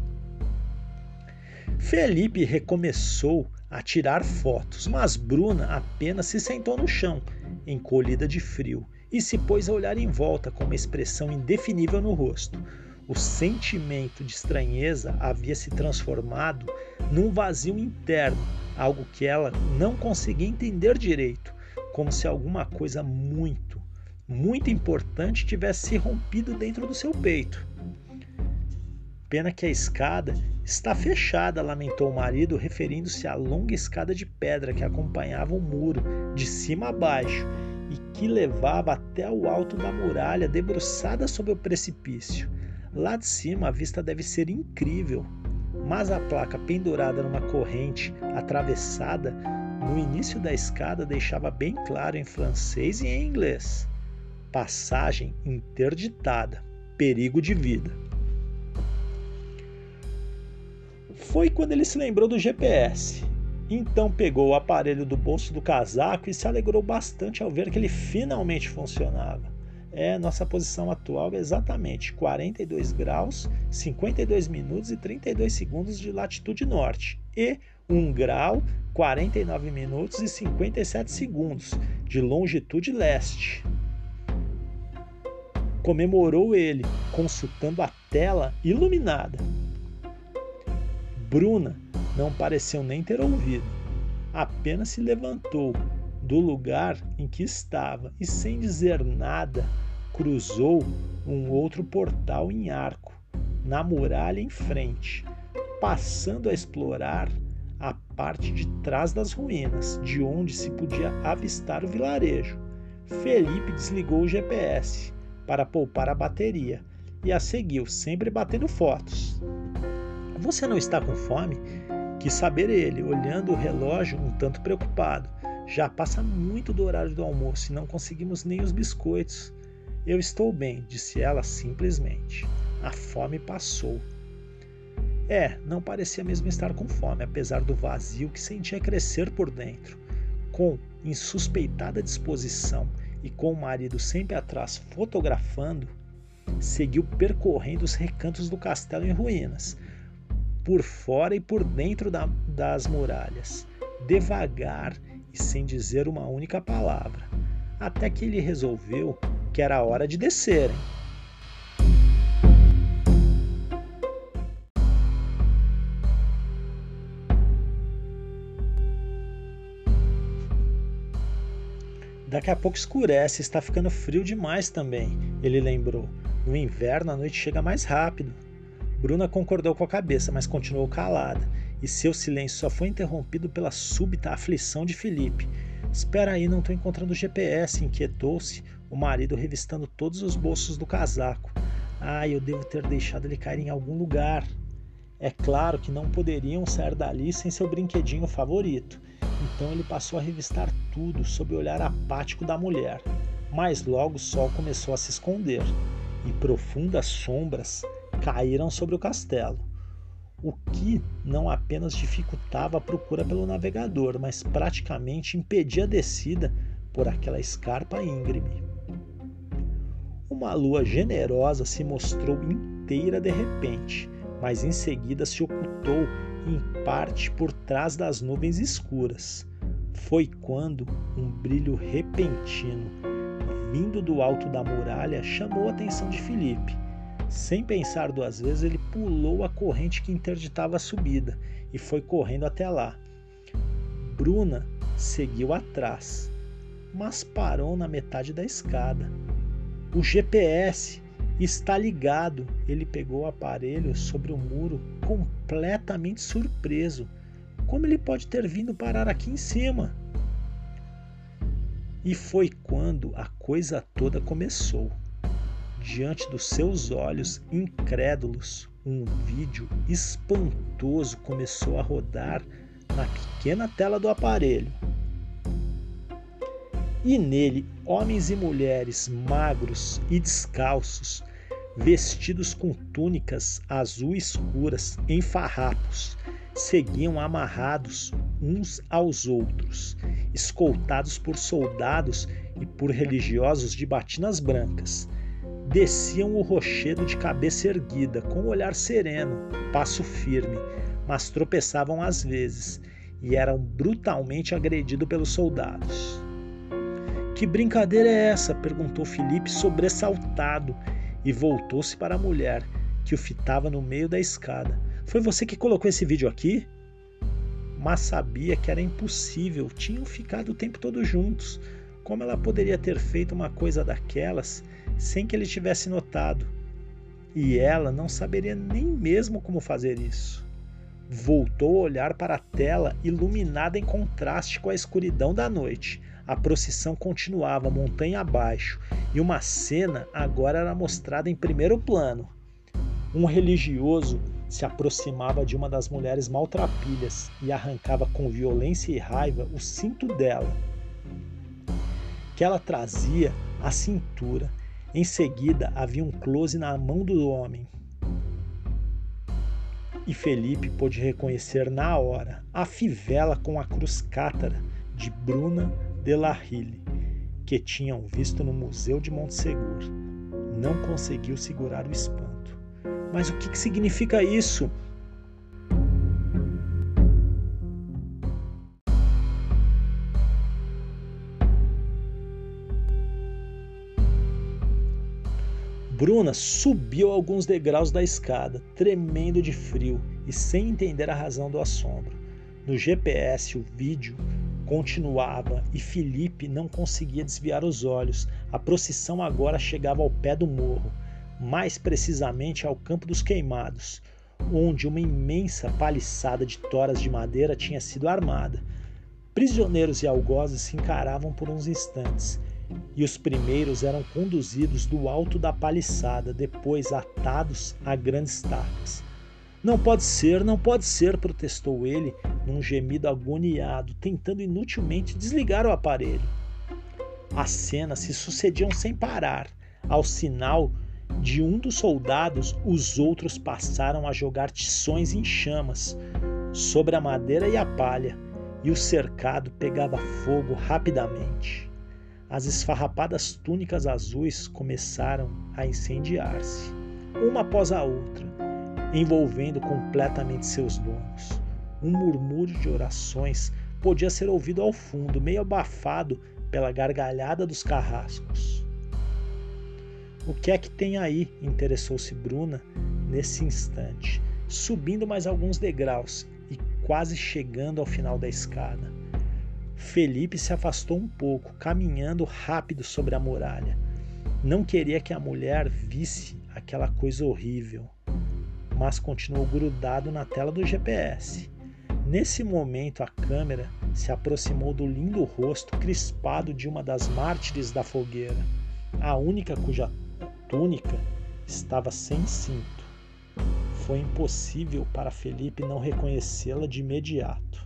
Felipe recomeçou a tirar fotos, mas Bruna apenas se sentou no chão, encolhida de frio, e se pôs a olhar em volta com uma expressão indefinível no rosto. O sentimento de estranheza havia se transformado num vazio interno, algo que ela não conseguia entender direito, como se alguma coisa muito, muito importante tivesse se rompido dentro do seu peito. Pena que a escada está fechada, lamentou o marido, referindo-se à longa escada de pedra que acompanhava o muro de cima a baixo e que levava até o alto da muralha debruçada sobre o precipício. Lá de cima a vista deve ser incrível, mas a placa pendurada numa corrente atravessada no início da escada deixava bem claro em francês e em inglês: passagem interditada, perigo de vida. Foi quando ele se lembrou do G P S. Então pegou o aparelho do bolso do casaco e se alegrou bastante ao ver que ele finalmente funcionava. É, nossa posição atual é exatamente quarenta e dois graus, cinquenta e dois minutos e trinta e dois segundos de latitude norte e um grau, quarenta e nove minutos e cinquenta e sete segundos de longitude leste. Comemorou ele, consultando a tela iluminada. Bruna não pareceu nem ter ouvido, apenas se levantou do lugar em que estava e, sem dizer nada, cruzou um outro portal em arco, na muralha em frente, passando a explorar a parte de trás das ruínas, de onde se podia avistar o vilarejo. Felipe desligou o G P S para poupar a bateria e a seguiu, sempre batendo fotos. Você não está com fome? Quis saber ele, olhando o relógio um tanto preocupado. Já passa muito do horário do almoço e não conseguimos nem os biscoitos. Eu estou bem, disse ela simplesmente. A fome passou. É, não parecia mesmo estar com fome, apesar do vazio que sentia crescer por dentro. Com insuspeitada disposição e com o marido sempre atrás fotografando, seguiu percorrendo os recantos do castelo em ruínas, por fora e por dentro da, das muralhas, devagar e sem dizer uma única palavra, até que ele resolveu que era hora de descerem. Daqui a pouco escurece, está ficando frio demais também, ele lembrou. No inverno a noite chega mais rápido. Bruna concordou com a cabeça, mas continuou calada, e seu silêncio só foi interrompido pela súbita aflição de Felipe. Espera aí, não estou encontrando o G P S, inquietou-se o marido, revistando todos os bolsos do casaco. Ah, eu devo ter deixado ele cair em algum lugar. É claro que não poderiam sair dali sem seu brinquedinho favorito. Então ele passou a revistar tudo sob o olhar apático da mulher. Mas logo o sol começou a se esconder e profundas sombras caíram sobre o castelo, o que não apenas dificultava a procura pelo navegador, mas praticamente impedia a descida por aquela escarpa íngreme. Uma lua generosa se mostrou inteira de repente, mas em seguida se ocultou em parte por trás das nuvens escuras. Foi quando um brilho repentino, vindo do alto da muralha, chamou a atenção de Felipe. Sem pensar duas vezes, ele pulou a corrente que interditava a subida e foi correndo até lá. Bruna seguiu atrás, mas parou na metade da escada. O G P S está ligado. Ele pegou o aparelho sobre o muro, completamente surpreso. Como ele pode ter vindo parar aqui em cima? E foi quando a coisa toda começou. Diante dos seus olhos incrédulos, um vídeo espantoso começou a rodar na pequena tela do aparelho. E nele, homens e mulheres magros e descalços, vestidos com túnicas azul escuras em farrapos, seguiam amarrados uns aos outros, escoltados por soldados e por religiosos de batinas brancas. Desciam o rochedo de cabeça erguida, com o olhar sereno, passo firme, mas tropeçavam às vezes e eram brutalmente agredidos pelos soldados. Que brincadeira é essa? Perguntou Felipe, sobressaltado, e voltou-se para a mulher, que o fitava no meio da escada. Foi você que colocou esse vídeo aqui? Mas sabia que era impossível, tinham ficado o tempo todo juntos. Como ela poderia ter feito uma coisa daquelas sem que ele tivesse notado? E ela não saberia nem mesmo como fazer isso. Voltou a olhar para a tela iluminada em contraste com a escuridão da noite. A procissão continuava montanha abaixo e uma cena agora era mostrada em primeiro plano. Um religioso se aproximava de uma das mulheres maltrapilhas e arrancava com violência e raiva o cinto dela, que ela trazia à cintura. Em seguida havia um close na mão do homem. E Felipe pôde reconhecer na hora a fivela com a cruz cátara de Bruna de la Rille, que tinham visto no Museu de Montsegur. Não conseguiu segurar o espanto. Mas o que, que significa isso? Bruna subiu alguns degraus da escada, tremendo de frio e sem entender a razão do assombro. No G P S, o vídeo continuava e Felipe não conseguia desviar os olhos. A procissão agora chegava ao pé do morro, mais precisamente ao Campo dos Queimados, onde uma imensa paliçada de toras de madeira tinha sido armada. Prisioneiros e algozes se encaravam por uns instantes, e os primeiros eram conduzidos do alto da paliçada, depois atados a grandes tacas. Não pode ser, não pode ser, protestou ele, num gemido agoniado, tentando inutilmente desligar o aparelho. As cenas se sucediam sem parar. Ao sinal de um dos soldados, os outros passaram a jogar tições em chamas sobre a madeira e a palha, e o cercado pegava fogo rapidamente. As esfarrapadas túnicas azuis começaram a incendiar-se, uma após a outra, envolvendo completamente seus donos. Um murmúrio de orações podia ser ouvido ao fundo, meio abafado pela gargalhada dos carrascos. O que é que tem aí? Interessou-se Bruna nesse instante, subindo mais alguns degraus e quase chegando ao final da escada. Felipe se afastou um pouco, caminhando rápido sobre a muralha. Não queria que a mulher visse aquela coisa horrível, mas continuou grudado na tela do G P S. Nesse momento, a câmera se aproximou do lindo rosto crispado de uma das mártires da fogueira, a única cuja túnica estava sem cinto. Foi impossível para Felipe não reconhecê-la de imediato.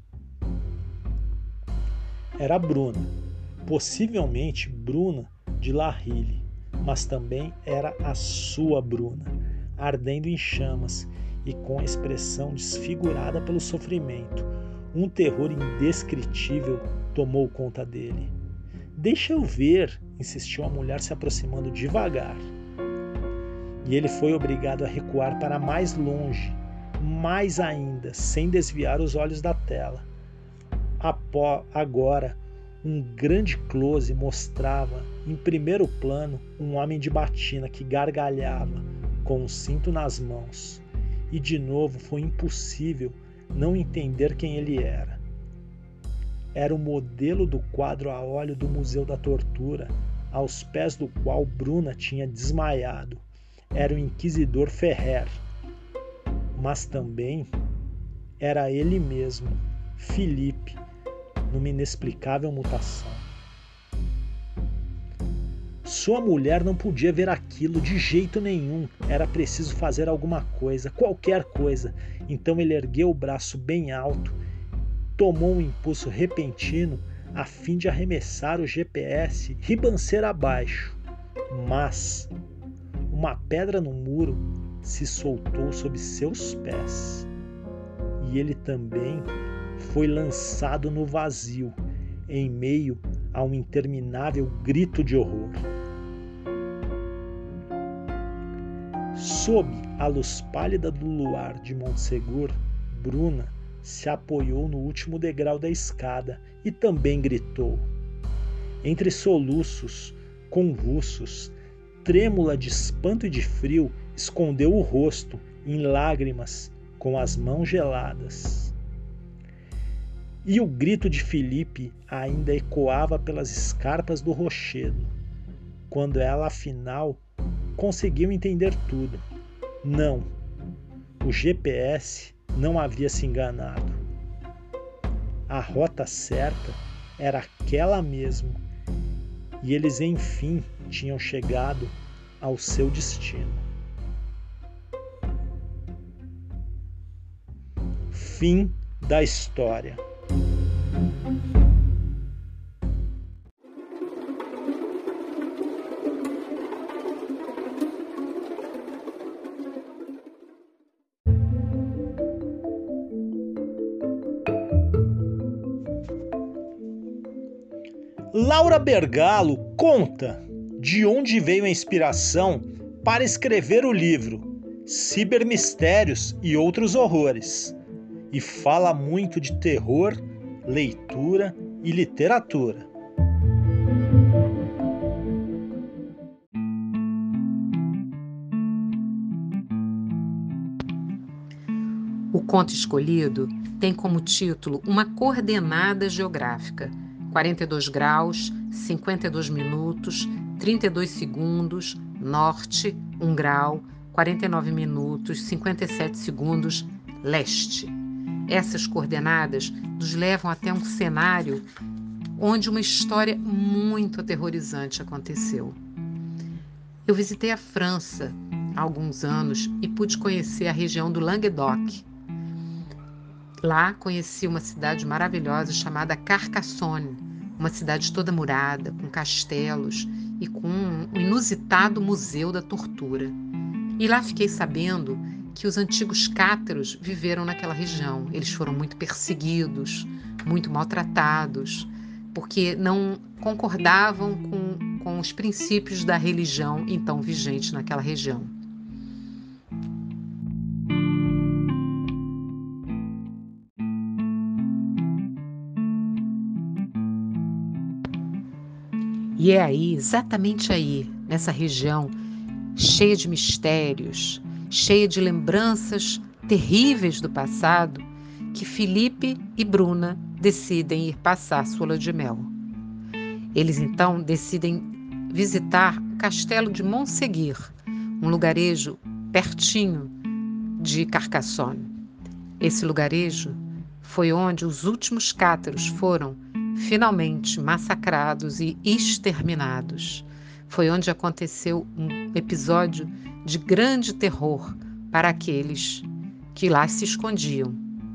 Era Bruna, possivelmente Bruna de Larrille, mas também era a sua Bruna, ardendo em chamas e com a expressão desfigurada pelo sofrimento. Um terror indescritível tomou conta dele. Deixa eu ver, insistiu a mulher se aproximando devagar. E ele foi obrigado a recuar para mais longe, mais ainda, sem desviar os olhos da tela. Apó, agora, um grande close mostrava, em primeiro plano, um homem de batina que gargalhava, com um cinto nas mãos. E de novo foi impossível não entender quem ele era. Era o modelo do quadro a óleo do Museu da Tortura, aos pés do qual Bruna tinha desmaiado. Era o inquisidor Ferrer. Mas também era ele mesmo, Felipe, numa inexplicável mutação. Sua mulher não podia ver aquilo de jeito nenhum. Era preciso fazer alguma coisa, qualquer coisa. Então ele ergueu o braço bem alto, tomou um impulso repentino a fim de arremessar o G P S ribanceira abaixo. Mas uma pedra no muro se soltou sob seus pés. E ele também foi lançado no vazio, em meio a um interminável grito de horror. Sob a luz pálida do luar de Montsegur, Bruna se apoiou no último degrau da escada e também gritou. Entre soluços convulsos, trêmula de espanto e de frio, escondeu o rosto em lágrimas com as mãos geladas. E o grito de Felipe ainda ecoava pelas escarpas do rochedo, quando ela afinal conseguiu entender tudo. Não, o G P S não havia se enganado. A rota certa era aquela mesmo, e eles enfim tinham chegado ao seu destino. Fim da história. Laura Bergalo conta de onde veio a inspiração para escrever o livro Cibermistérios e Outros Horrores, e fala muito de terror, leitura e literatura. O conto escolhido tem como título uma coordenada geográfica: quarenta e dois graus, cinquenta e dois minutos, trinta e dois segundos, norte, um grau, quarenta e nove minutos, cinquenta e sete segundos, leste. Essas coordenadas nos levam até um cenário onde uma história muito aterrorizante aconteceu. Eu visitei a França há alguns anos e pude conhecer a região do Languedoc. Lá conheci uma cidade maravilhosa chamada Carcassonne, uma cidade toda murada, com castelos e com um inusitado museu da tortura. E lá fiquei sabendo que os antigos cátaros viveram naquela região. Eles foram muito perseguidos, muito maltratados, porque não concordavam com, com os princípios da religião então vigente naquela região. E é aí, exatamente aí, nessa região, cheia de mistérios, cheia de lembranças terríveis do passado, que Felipe e Bruna decidem ir passar sua lua de mel. Eles então decidem visitar o castelo de Montségur, um lugarejo pertinho de Carcassonne. Esse lugarejo foi onde os últimos cátaros foram finalmente massacrados e exterminados. Foi onde aconteceu um episódio de grande terror para aqueles que lá se escondiam.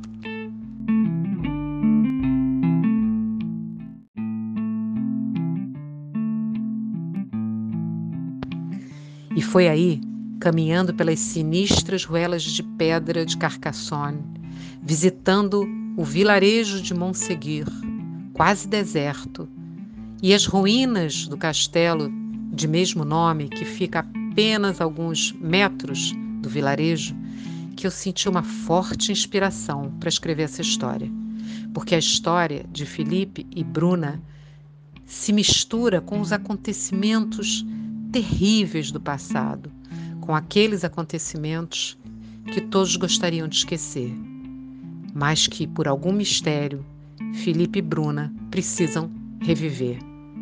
E foi aí, caminhando pelas sinistras ruelas de pedra de Carcassonne, visitando o vilarejo de Montségur, quase deserto, e as ruínas do castelo de mesmo nome, que fica a apenas alguns metros do vilarejo, que eu senti uma forte inspiração para escrever essa história. Porque a história de Felipe e Bruna se mistura com os acontecimentos terríveis do passado, com aqueles acontecimentos que todos gostariam de esquecer, mas que, por algum mistério, Felipe e Bruna precisam reviver.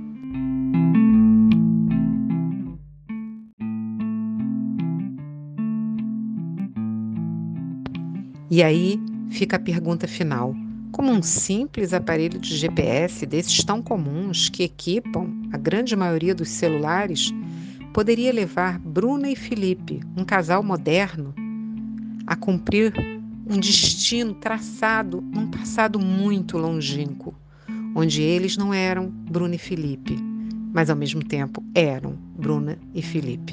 E aí fica a pergunta final: como um simples aparelho de G P S desses tão comuns que equipam a grande maioria dos celulares poderia levar Bruna e Felipe, um casal moderno, a cumprir um destino traçado num passado muito longínquo, onde eles não eram Bruna e Felipe, mas ao mesmo tempo eram Bruna e Felipe?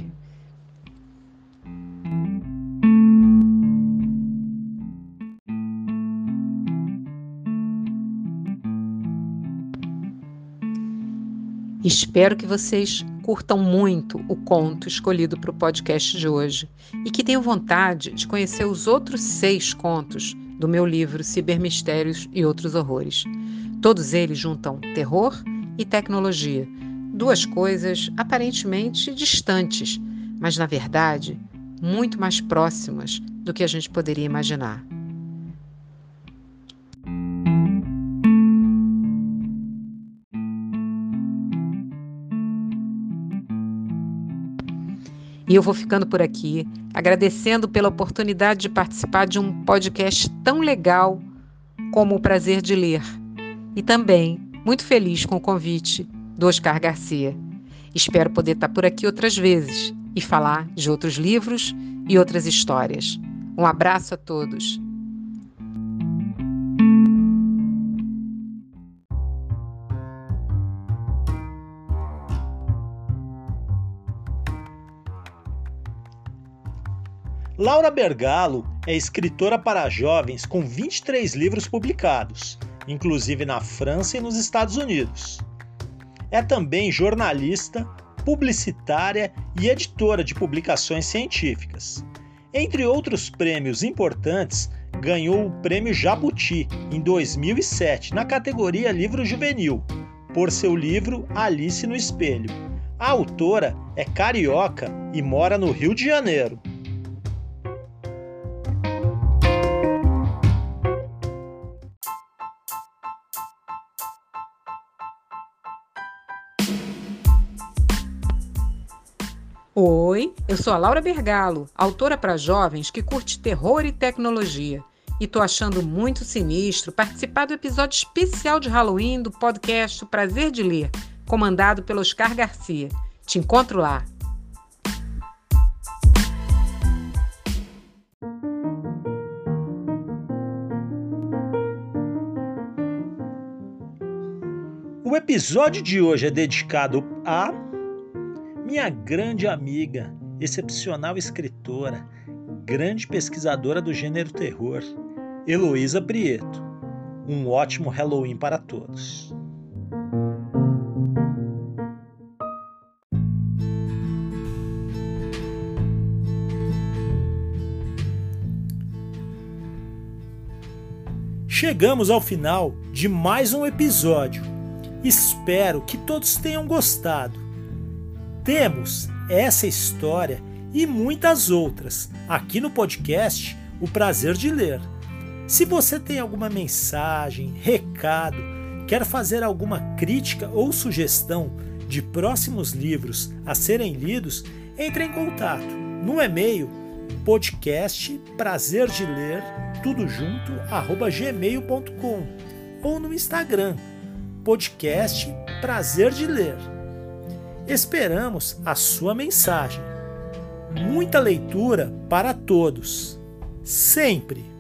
Espero que vocês curtam muito o conto escolhido para o podcast de hoje e que tenham vontade de conhecer os outros seis contos do meu livro Cibermistérios e Outros Horrores. Todos eles juntam terror e tecnologia, duas coisas aparentemente distantes, mas na verdade muito mais próximas do que a gente poderia imaginar. E eu vou ficando por aqui, agradecendo pela oportunidade de participar de um podcast tão legal como O Prazer de Ler. E também muito feliz com o convite do Oscar Garcia. Espero poder estar por aqui outras vezes e falar de outros livros e outras histórias. Um abraço a todos. Laura Bergalo é escritora para jovens com vinte e três livros publicados, inclusive na França e nos Estados Unidos. é também jornalista, publicitária e editora de publicações científicas. Entre outros prêmios importantes, ganhou o Prêmio Jabuti em dois mil e sete na categoria Livro Juvenil, por seu livro Alice no Espelho. A autora é carioca e mora no Rio de Janeiro. Oi, eu sou a Laura Bergalo, autora para jovens que curte terror e tecnologia. E tô achando muito sinistro participar do episódio especial de Halloween do podcast O Prazer de Ler, comandado pelo Oscar Garcia. Te encontro lá. O episódio de hoje é dedicado a minha grande amiga, excepcional escritora, grande pesquisadora do gênero terror, Heloísa Prieto. Um ótimo Halloween para todos. Chegamos ao final de mais um episódio. Espero que todos tenham gostado. Temos essa história e muitas outras aqui no podcast O Prazer de Ler. Se você tem alguma mensagem, recado, quer fazer alguma crítica ou sugestão de próximos livros a serem lidos, entre em contato no e-mail podcast prazer de ler tudo junto arroba gmail ponto com ou no Instagram podcast prazer de ler. Esperamos a sua mensagem. Muita leitura para todos, sempre!